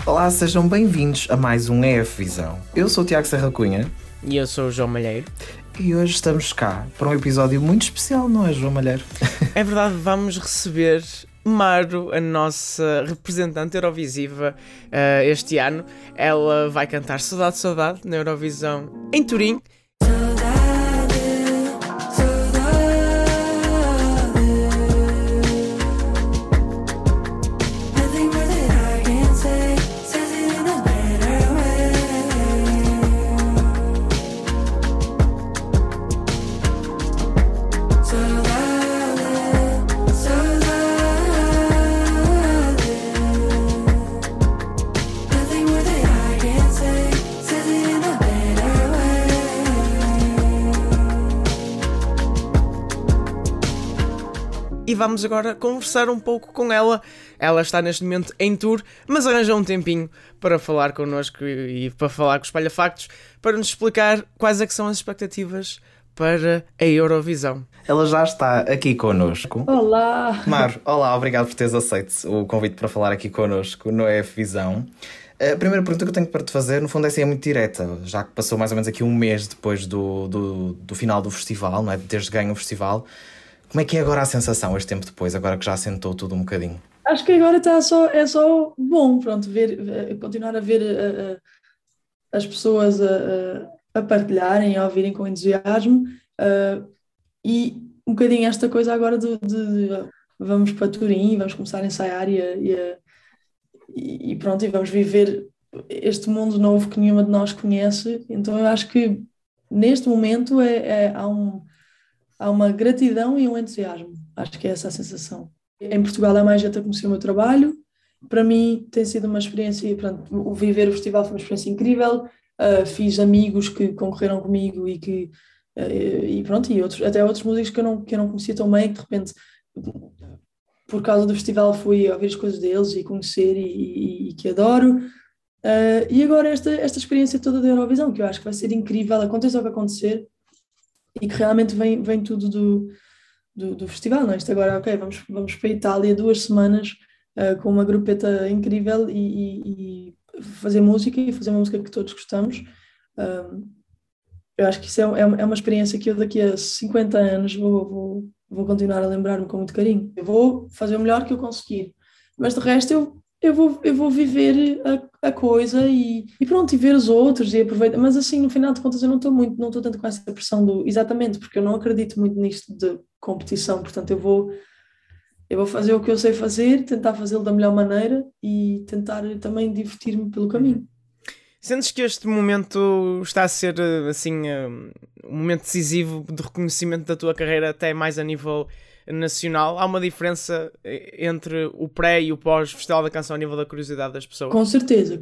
Olá, sejam bem-vindos a mais um EF Visão. Eu sou o Tiago Serra Cunha. E eu sou o João Malheiro. E hoje estamos cá para um episódio muito especial, não é, João Malheiro? É verdade, vamos receber Maro, a nossa representante Eurovisiva este ano. Ela vai cantar Saudade, Saudade na Eurovisão em Turim. E vamos agora conversar um pouco com ela. Ela está neste momento em tour, mas arranjou um tempinho para falar connosco e para falar com o Espalha Factos, para nos explicar quais é que são as expectativas para a Eurovisão. Ela já está aqui connosco. Olá! Maro, olá, obrigado por teres aceito o convite para falar aqui connosco no EF Visão. A primeira pergunta que eu tenho para te fazer, no fundo, é muito direta, já que passou mais ou menos aqui um mês depois do final do festival, não é? De teres ganho o festival. Como é que é agora a sensação, este tempo depois, agora que já assentou tudo um bocadinho? Acho que agora é só bom, pronto, continuar a ver as pessoas a partilharem, a ouvirem com entusiasmo e um bocadinho esta coisa agora de vamos para Turim, vamos começar a ensaiar e pronto, e vamos viver este mundo novo que nenhuma de nós conhece. Então eu acho que neste momento há uma gratidão e um entusiasmo. Acho que é essa a sensação. Em Portugal há mais gente a conhecer o meu trabalho. Para mim tem sido uma experiência, pronto, o viver o festival foi uma experiência incrível. Fiz amigos que concorreram comigo e pronto, até outros músicos que eu não conhecia tão bem, que de repente, por causa do festival, fui ouvir as coisas deles e conhecer e que adoro. E agora esta experiência toda da Eurovisão, que eu acho que vai ser incrível, aconteça o que acontecer, e que realmente vem tudo do festival, não é? Isto agora, ok, vamos para a Itália 2 semanas com uma grupeta incrível e fazer música e fazer uma música que todos gostamos. Eu acho que isso é uma experiência que eu daqui a 50 anos vou continuar a lembrar-me com muito carinho. Eu vou fazer o melhor que eu conseguir, mas de resto eu vou viver a coisa e pronto, e ver os outros e aproveitar, mas assim, no final de contas eu não estou tanto com essa pressão exatamente, porque eu não acredito muito nisto de competição, portanto eu vou fazer o que eu sei fazer, tentar fazê-lo da melhor maneira e tentar também divertir-me pelo caminho. Sentes que este momento está a ser, assim, um momento decisivo de reconhecimento da tua carreira até mais a nível nacional? Há uma diferença entre o pré e o pós-Festival da Canção a nível da curiosidade das pessoas? Com certeza.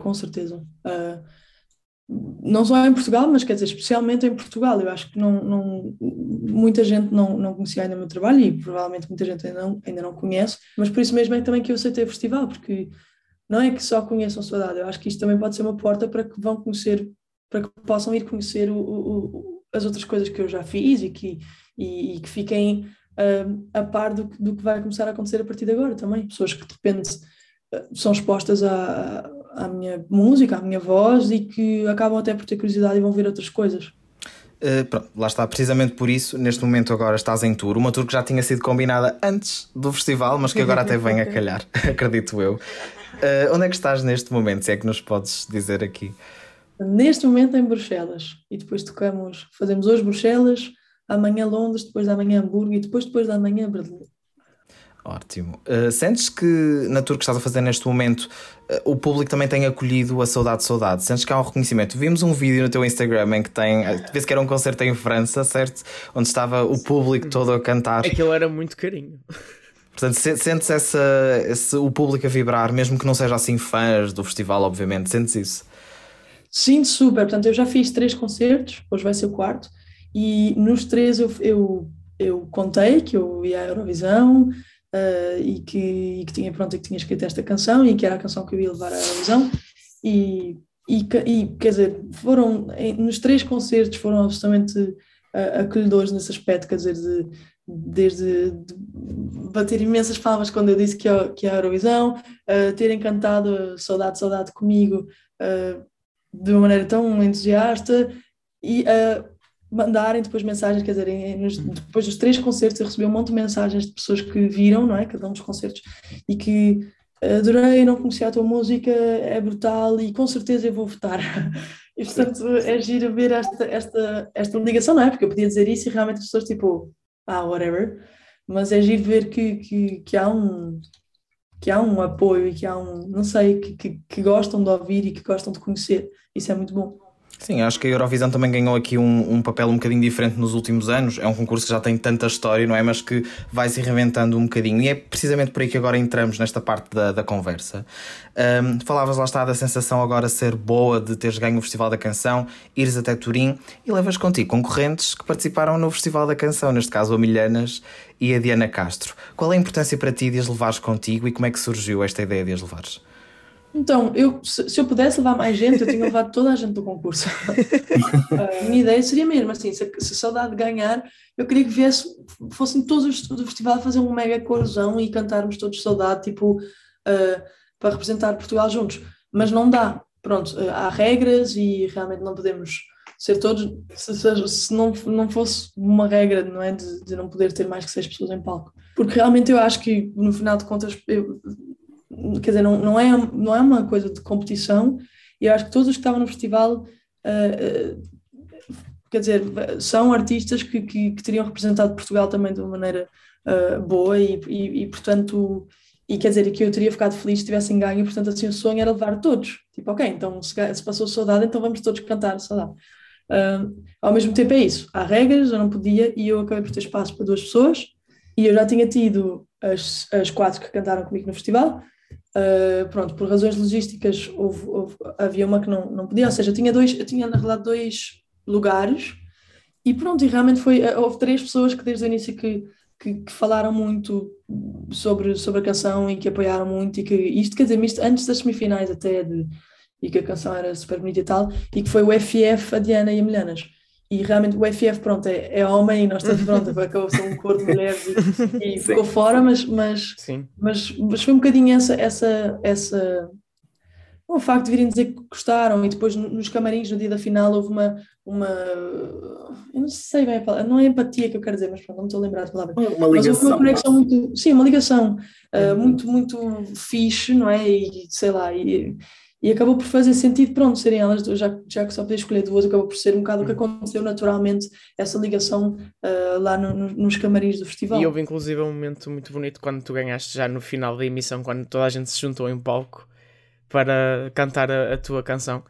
Não só em Portugal, mas quer dizer, especialmente em Portugal. Eu acho que muita gente não conhecia ainda o meu trabalho e provavelmente muita gente ainda não conhece, mas por isso mesmo é também que eu aceitei o festival, porque não é que só conheçam Saudade, eu acho que isto também pode ser uma porta para que vão conhecer, para que possam ir conhecer as outras coisas que eu já fiz e que fiquem a par do que vai começar a acontecer a partir de agora também. Pessoas que de repente são expostas à minha música, à minha voz e que acabam até por ter curiosidade e vão ver outras coisas. Pronto, lá está, precisamente por isso, neste momento agora estás em tour, uma tour que já tinha sido combinada antes do festival, mas que agora até vem a calhar, acredito eu. Onde é que estás neste momento, se é que nos podes dizer aqui? Neste momento em Bruxelas, e depois fazemos hoje Bruxelas, amanhã Londres, depois da manhã Hamburgo e depois da manhã Berlim. Ótimo. Sentes que na tour que estás a fazer neste momento o público também tem acolhido a Saudade, Saudade? Sentes que há um reconhecimento? Vimos um vídeo no teu Instagram em que vê-se que era um concerto em França, certo? Onde estava o público todo a cantar. Aquilo era muito carinho. Portanto, sentes o público a vibrar, mesmo que não seja assim fãs do festival, obviamente. Sentes isso? Sinto super. Portanto, eu já fiz 3 concertos, hoje vai ser o 4º, e nos 3 eu contei que eu ia à Eurovisão e que tinha escrito esta canção e que era a canção que eu ia levar à Eurovisão e quer dizer, nos 3 concertos foram absolutamente acolhedores nesse aspecto, quer dizer, desde bater imensas palmas quando eu disse que é a Eurovisão, terem cantado Saudade, Saudade comigo de uma maneira tão entusiasta e mandarem depois mensagens, quer dizer, depois dos 3 concertos eu recebi um monte de mensagens de pessoas que viram, não é, cada um dos concertos, e que adorei, não conhecia a tua música, é brutal e com certeza eu vou votar. E portanto é giro ver esta ligação, não é? Porque eu podia dizer isso e realmente as pessoas tipo, whatever, mas é giro ver que há um apoio e que há não sei, que gostam de ouvir e que gostam de conhecer. Isso é muito bom. Sim, acho que a Eurovisão também ganhou aqui um papel um bocadinho diferente nos últimos anos. É um concurso que já tem tanta história, não é? Mas que vai se reinventando um bocadinho. E é precisamente por aí que agora entramos nesta parte da conversa. Falavas, lá está, da sensação agora ser boa de teres ganho o Festival da Canção, ires até Turim e levas contigo concorrentes que participaram no Festival da Canção, neste caso a Milhanas e a Diana Castro. Qual é a importância para ti de as levares contigo e como é que surgiu esta ideia de as levares? Então, se eu pudesse levar mais gente, eu tinha levado toda a gente do concurso. A minha ideia seria mesmo assim, se a Saudade ganhar, eu queria que fossem todos do festival a fazer um mega corozão e cantarmos todos Saudade, tipo, para representar Portugal juntos. Mas não dá, pronto, há regras e realmente não podemos ser todos, se não fosse uma regra, não é, de não poder ter mais que 6 pessoas em palco. Porque realmente eu acho que, no final de contas, quer dizer, não é uma coisa de competição, e eu acho que todos os que estavam no festival, quer dizer, são artistas que teriam representado Portugal também de uma maneira boa e portanto, e quer dizer, que eu teria ficado feliz se tivessem ganho, e portanto assim o sonho era levar todos, tipo, ok, então se passou Saudade, então vamos todos cantar Saudade. Ao mesmo tempo é isso, há regras, eu não podia, e eu acabei por ter espaço para 2 pessoas, e eu já tinha tido as 4 que cantaram comigo no festival. Pronto, por razões logísticas havia uma que não podia, ou seja, eu tinha na realidade 2 lugares e pronto, e realmente houve 3 pessoas que desde o início que falaram muito sobre a canção e que apoiaram muito, e que isto, quer dizer, isto antes das semifinais até, e que a canção era super bonita e tal, e que foi o FF, a Diana e a Milhanas. E realmente o FF, pronto, é homem e nós estamos, pronto, acabou sendo um coro de mulheres e ficou fora, mas foi um bocadinho o facto de virem dizer que gostaram, e depois nos camarins no dia da final houve uma eu não sei bem a palavra, não é empatia que eu quero dizer, mas pronto, não me estou a lembrar da palavra. Uma Mas houve ligação. uma conexão muito, sim, uma ligação muito, muito fixe, não é? E sei lá, e acabou por fazer sentido, pronto, serem elas duas, já que só podia escolher 2, acabou por ser um bocado o que aconteceu naturalmente, essa ligação lá nos camarins do festival. E houve inclusive um momento muito bonito quando tu ganhaste já no final da emissão, quando toda a gente se juntou em palco para cantar a tua canção.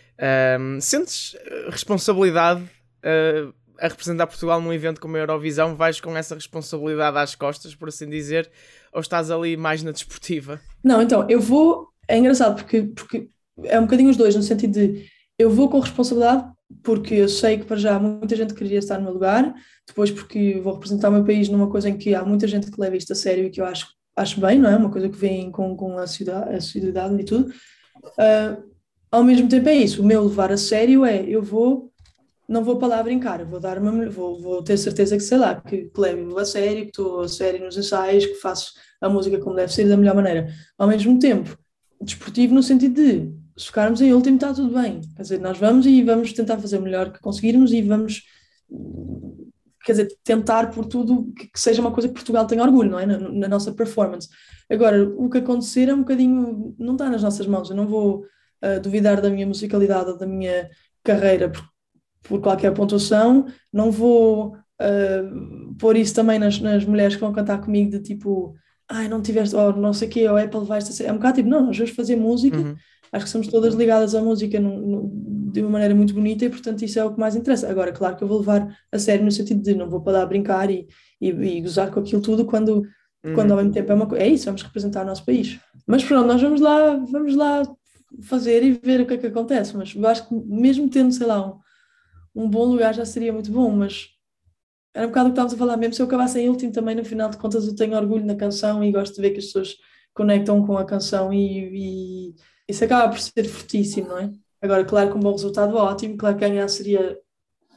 Sentes responsabilidade a representar Portugal num evento como a Eurovisão? Vais com essa responsabilidade às costas, por assim dizer, ou estás ali mais na desportiva? Não, então, eu vou... É engraçado porque é um bocadinho os dois, no sentido de eu vou com responsabilidade porque eu sei que para já muita gente queria estar no meu lugar, depois porque vou representar o meu país numa coisa em que há muita gente que leva isto a sério e que eu acho bem, não é? Uma coisa que vem com a sociedade e tudo. Ao mesmo tempo é isso, o meu levar a sério não vou para lá brincar, eu vou ter certeza que, sei lá, que levo a sério, que estou a sério nos ensaios, que faço a música como deve ser da melhor maneira. Ao mesmo tempo, desportivo no sentido de, se ficarmos em último está tudo bem, quer dizer, nós vamos tentar fazer o melhor que conseguirmos e vamos, quer dizer, tentar por tudo que seja uma coisa que Portugal tenha orgulho, não é? Na nossa performance. Agora, o que acontecer é um bocadinho, não está nas nossas mãos, eu não vou duvidar da minha musicalidade ou da minha carreira por qualquer pontuação, não vou pôr isso também nas mulheres que vão cantar comigo de tipo, não tiveste, ou não sei o quê, ou é para levar esta... É um bocado tipo, não, nós vamos fazer música, acho que somos todas ligadas à música de uma maneira muito bonita e portanto isso é o que mais interessa. Agora, claro que eu vou levar a sério no sentido de não vou para lá brincar e gozar com aquilo tudo quando ao mesmo tempo é isso, vamos representar o nosso país. Mas pronto, nós vamos lá fazer e ver o que é que acontece, mas eu acho que mesmo tendo, sei lá, um bom lugar já seria muito bom, mas era um bocado o que estávamos a falar, mesmo se eu acabasse em último também, no final de contas eu tenho orgulho na canção e gosto de ver que as pessoas conectam com a canção e isso acaba por ser fortíssimo, não é? Agora, claro que um bom resultado é ótimo, claro que ganhar seria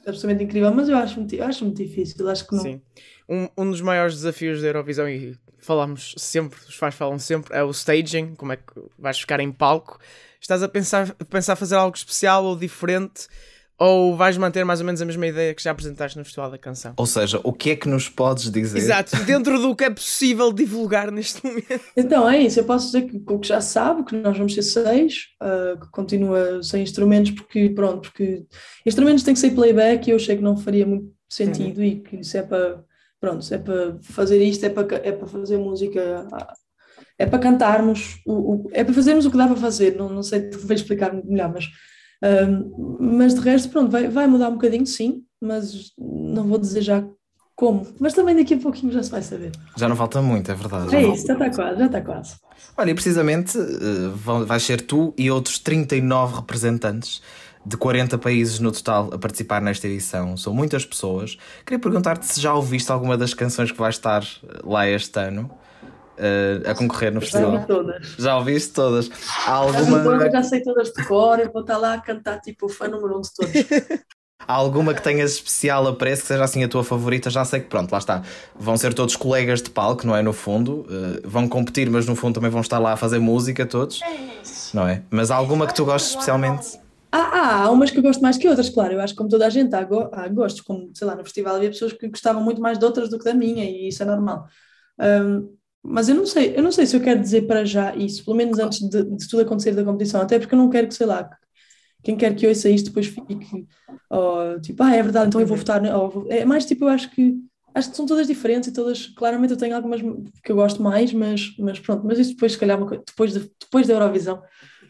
absolutamente incrível, mas eu acho muito difícil, acho que não. Sim. Um dos maiores desafios da Eurovisão, e falamos sempre, os fãs falam sempre, é o staging, como é que vais ficar em palco. Estás a pensar fazer algo especial ou diferente, ou vais manter mais ou menos a mesma ideia que já apresentaste no Festival da Canção? Ou seja, o que é que nos podes dizer? Exato, dentro do que é possível divulgar neste momento. Então é isso, eu posso dizer que o que já sabe, que nós vamos ser 6, que continua sem instrumentos, porque instrumentos têm que ser playback e eu achei que não faria muito sentido e que se é para fazer isto, é para fazer música, é para cantarmos, é para fazermos o que dá para fazer, não sei, vou explicar melhor, mas de resto, pronto, vai mudar um bocadinho, sim, mas não vou dizer já como, mas também daqui a pouquinho já se vai saber. Já não falta muito, é verdade. É isso, já está quase. Olha, e precisamente vais ser tu e outros 39 representantes de 40 países no total a participar nesta edição. São muitas pessoas. Queria perguntar-te se já ouviste alguma das canções que vai estar lá este ano a concorrer no festival. Já ouvi todas. Já ouviste todas? Há alguma... Já sei todas de cor, eu vou estar lá a cantar tipo o fã número 1 de todos. Há alguma que tenhas especial apreço, que seja assim a tua favorita? Já sei que pronto, lá está. Vão ser todos colegas de palco, não é? No fundo, vão competir, mas no fundo também vão estar lá a fazer música todos, não é? Mas há alguma que tu gostes especialmente? Há umas que eu gosto mais que outras, claro. Eu acho que como toda a gente há gostos, como sei lá, no festival havia pessoas que gostavam muito mais de outras do que da minha e isso é normal. Mas eu não sei se eu quero dizer para já isso, pelo menos antes de tudo acontecer da competição, até porque eu não quero que, sei lá, quem quer que ouça isto depois fique tipo, é verdade, então eu vou votar. É mais tipo, eu acho que são todas diferentes e todas, claramente eu tenho algumas que eu gosto mais, mas pronto, mas isso depois, se calhar, depois da Eurovisão.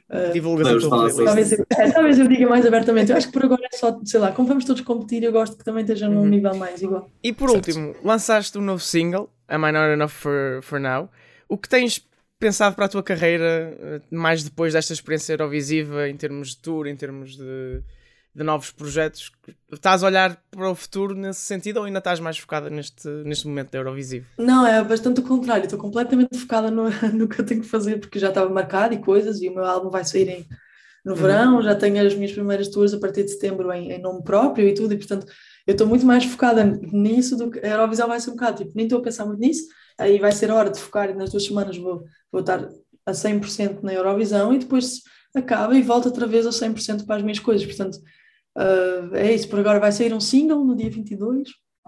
Talvez eu diga mais abertamente. Eu acho que por agora é só, sei lá, como vamos todos competir, eu gosto que também esteja num nível mais igual. E por último, lançaste um novo single, Am I Not Enough for Now? O que tens pensado para a tua carreira mais depois desta experiência eurovisiva, em termos de tour, em termos de novos projetos? Estás a olhar para o futuro nesse sentido ou ainda estás mais focada neste momento da Eurovisivo? Não, é bastante o contrário. Estou completamente focada no que eu tenho que fazer, porque já estava marcado e coisas, e o meu álbum vai sair no verão, já tenho as minhas primeiras tours a partir de setembro em nome próprio e tudo, e portanto eu estou muito mais focada nisso do que a Eurovisão vai ser um bocado, tipo, nem estou a pensar muito nisso, aí vai ser a hora de focar e nas 2 semanas vou estar a 100% na Eurovisão e depois acaba e volto outra vez a 100% para as minhas coisas, portanto é isso, por agora vai sair um single no dia 22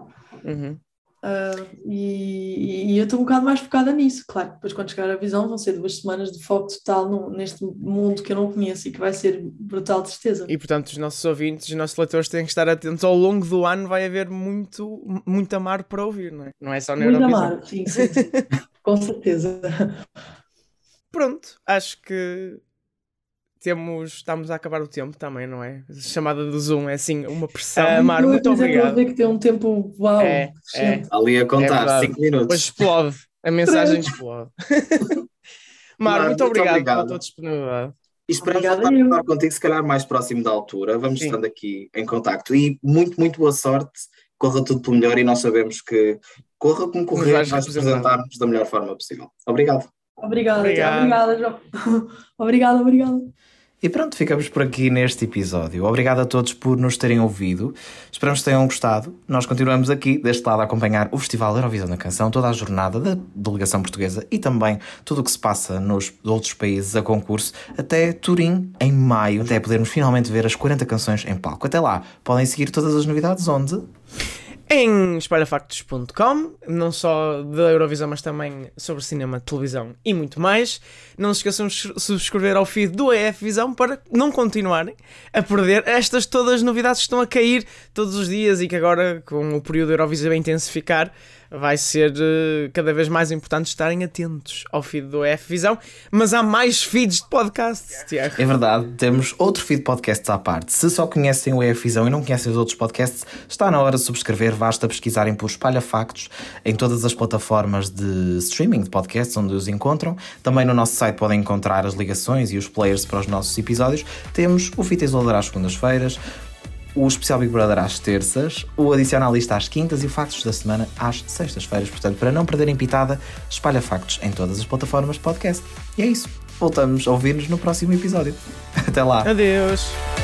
e eu estou um bocado mais focada nisso, claro, depois quando chegar a visão vão ser 2 semanas de foco total neste mundo que eu não conheço e que vai ser brutal tristeza. E portanto os nossos ouvintes, os nossos leitores têm que estar atentos, ao longo do ano vai haver muito amar para ouvir, não é? Não é só na Eurovisão. Muito amar, sim. Com certeza. Pronto, acho que estamos a acabar o tempo também, não é? A chamada do Zoom é assim, uma pressão. Mar, muito obrigado. Eu ver que tem um tempo, uau. Ali a contar, 5 minutos. Depois explode, a mensagem explode. Mar, muito obrigado pela tua disponibilidade. E esperamos voltar a falar contigo, se calhar mais próximo da altura. Vamos estando aqui em contacto. E muito, muito boa sorte. Corra tudo pelo melhor e nós sabemos que corra como correr, vais representar-nos da melhor forma possível. Obrigado. Obrigada, João. Obrigada. E pronto, ficamos por aqui neste episódio. Obrigado a todos por nos terem ouvido. Esperamos que tenham gostado. Nós continuamos aqui, deste lado, a acompanhar o Festival Eurovisão da Canção, toda a jornada da delegação portuguesa e também tudo o que se passa nos outros países a concurso, até Turim, em maio, até podermos finalmente ver as 40 canções em palco. Até lá, podem seguir todas as novidades onde? Em espalhafactos.com, não só da Eurovisão, mas também sobre cinema, televisão e muito mais. Não se esqueçam de subscrever ao feed do EF Visão para não continuarem a perder estas todas as novidades que estão a cair todos os dias e que agora, com o período da Eurovisão a intensificar, vai ser cada vez mais importante estarem atentos ao feed do EF Visão. Mas há mais feeds de podcasts, Tiago. É verdade, temos outro feed de podcasts à parte. Se só conhecem o EF Visão e não conhecem os outros podcasts, está na hora de subscrever. Basta pesquisarem por Espalha Factos em todas as plataformas de streaming de podcasts onde os encontram. Também no nosso site podem encontrar as ligações e os players para os nossos episódios. Temos o Fita Isolador às segundas-feiras, o especial Big Brother às terças, o adicionalista às quintas e o Factos da Semana às sextas-feiras. Portanto, para não perderem pitada, Espalha Factos em todas as plataformas de podcast. E é isso. Voltamos a ouvir-nos no próximo episódio. Até lá. Adeus.